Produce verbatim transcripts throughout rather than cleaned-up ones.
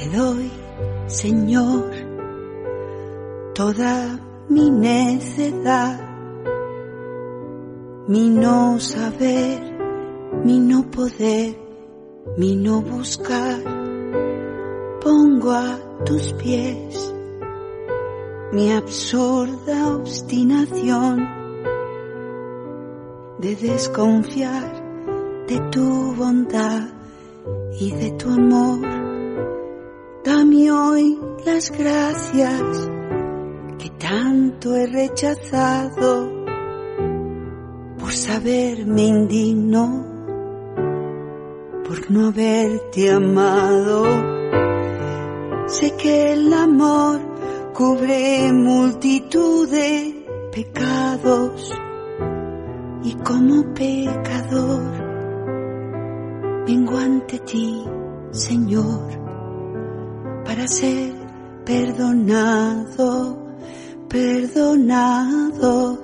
Te doy, Señor, toda mi necedad, mi no saber, mi no poder, mi no buscar. Pongo a tus pies mi absurda obstinación de desconfiar de tu bondad y de tu amor. Dame hoy las gracias que tanto he rechazado por saberme indigno, por no haberte amado. Sé que el amor cubre multitud de pecados y como pecador vengo ante ti, Señor, para ser perdonado, perdonado.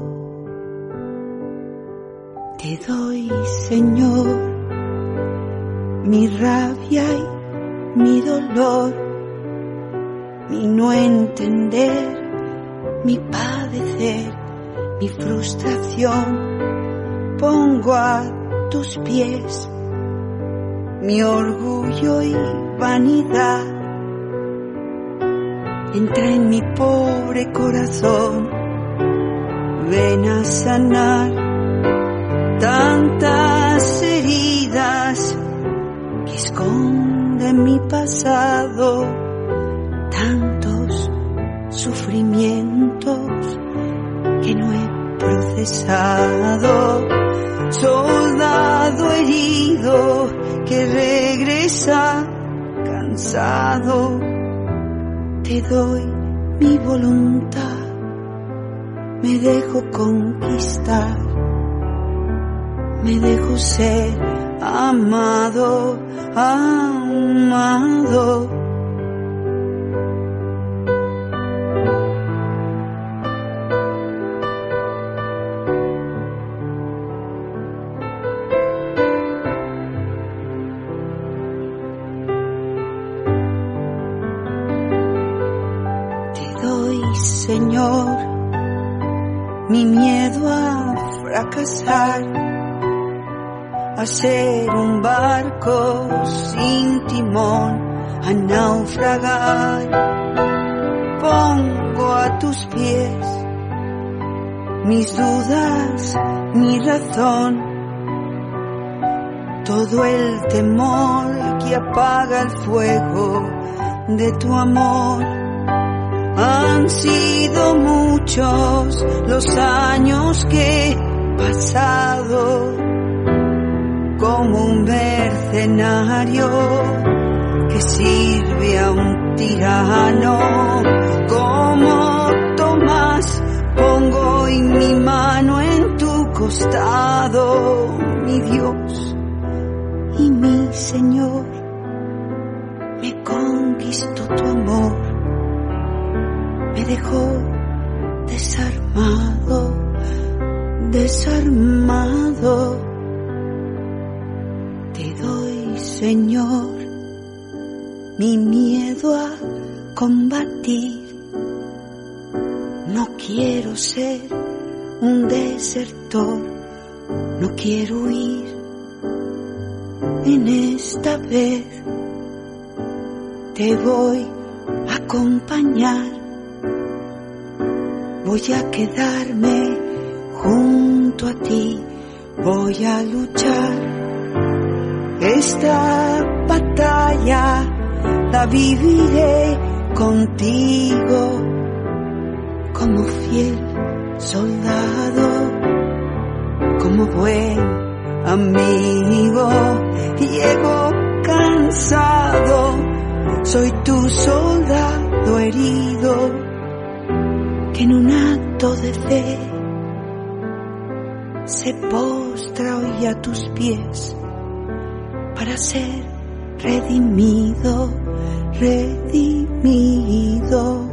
Te doy, Señor, mi rabia y mi dolor, mi no entender, mi padecer, mi frustración. Pongo a tus pies mi orgullo y vanidad. Entra en mi pobre corazón, ven a sanar tantas heridas que esconden mi pasado, tantos sufrimientos que no he procesado. Soldado herido que regresa cansado, te doy mi voluntad, me dejo conquistar, me dejo ser amado, amado. Señor, mi miedo a fracasar, a ser un barco sin timón, a naufragar. Pongo a tus pies mis dudas, mi razón, todo el temor que apaga el fuego de tu amor. Han sido muchos los años que he pasado como un mercenario que sirve a un tirano. Como Tomás pongo hoy mi mano en tu costado, mi Dios y mi Señor. Me conquistó tu amor, me dejó desarmado, desarmado. Te doy, Señor, mi miedo a combatir. No quiero ser un desertor, no quiero huir. En esta vez te voy a acompañar. Voy a quedarme junto a ti, voy a luchar. Esta batalla la viviré contigo como fiel soldado, como buen amigo. Llego cansado, soy tu soldado herido, que en un acto de fe se postra hoy a tus pies para ser redimido, redimido.